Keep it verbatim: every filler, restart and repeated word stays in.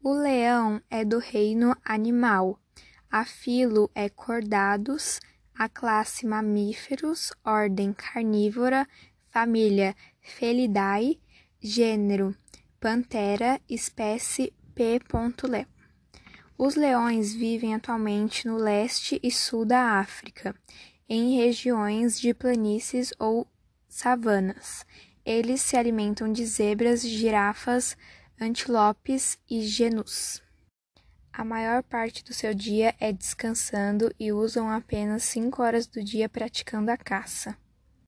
O leão é do reino animal. A filo é Chordados, a classe Mamíferos, ordem Carnívora, família Felidae, gênero Panthera, espécie P. leo. Os leões vivem atualmente no leste e sul da África, em regiões de planícies ou savanas. Eles se alimentam de zebras, girafas, antílopes e genus. A maior parte do seu dia é descansando e usam apenas cinco horas do dia praticando a caça.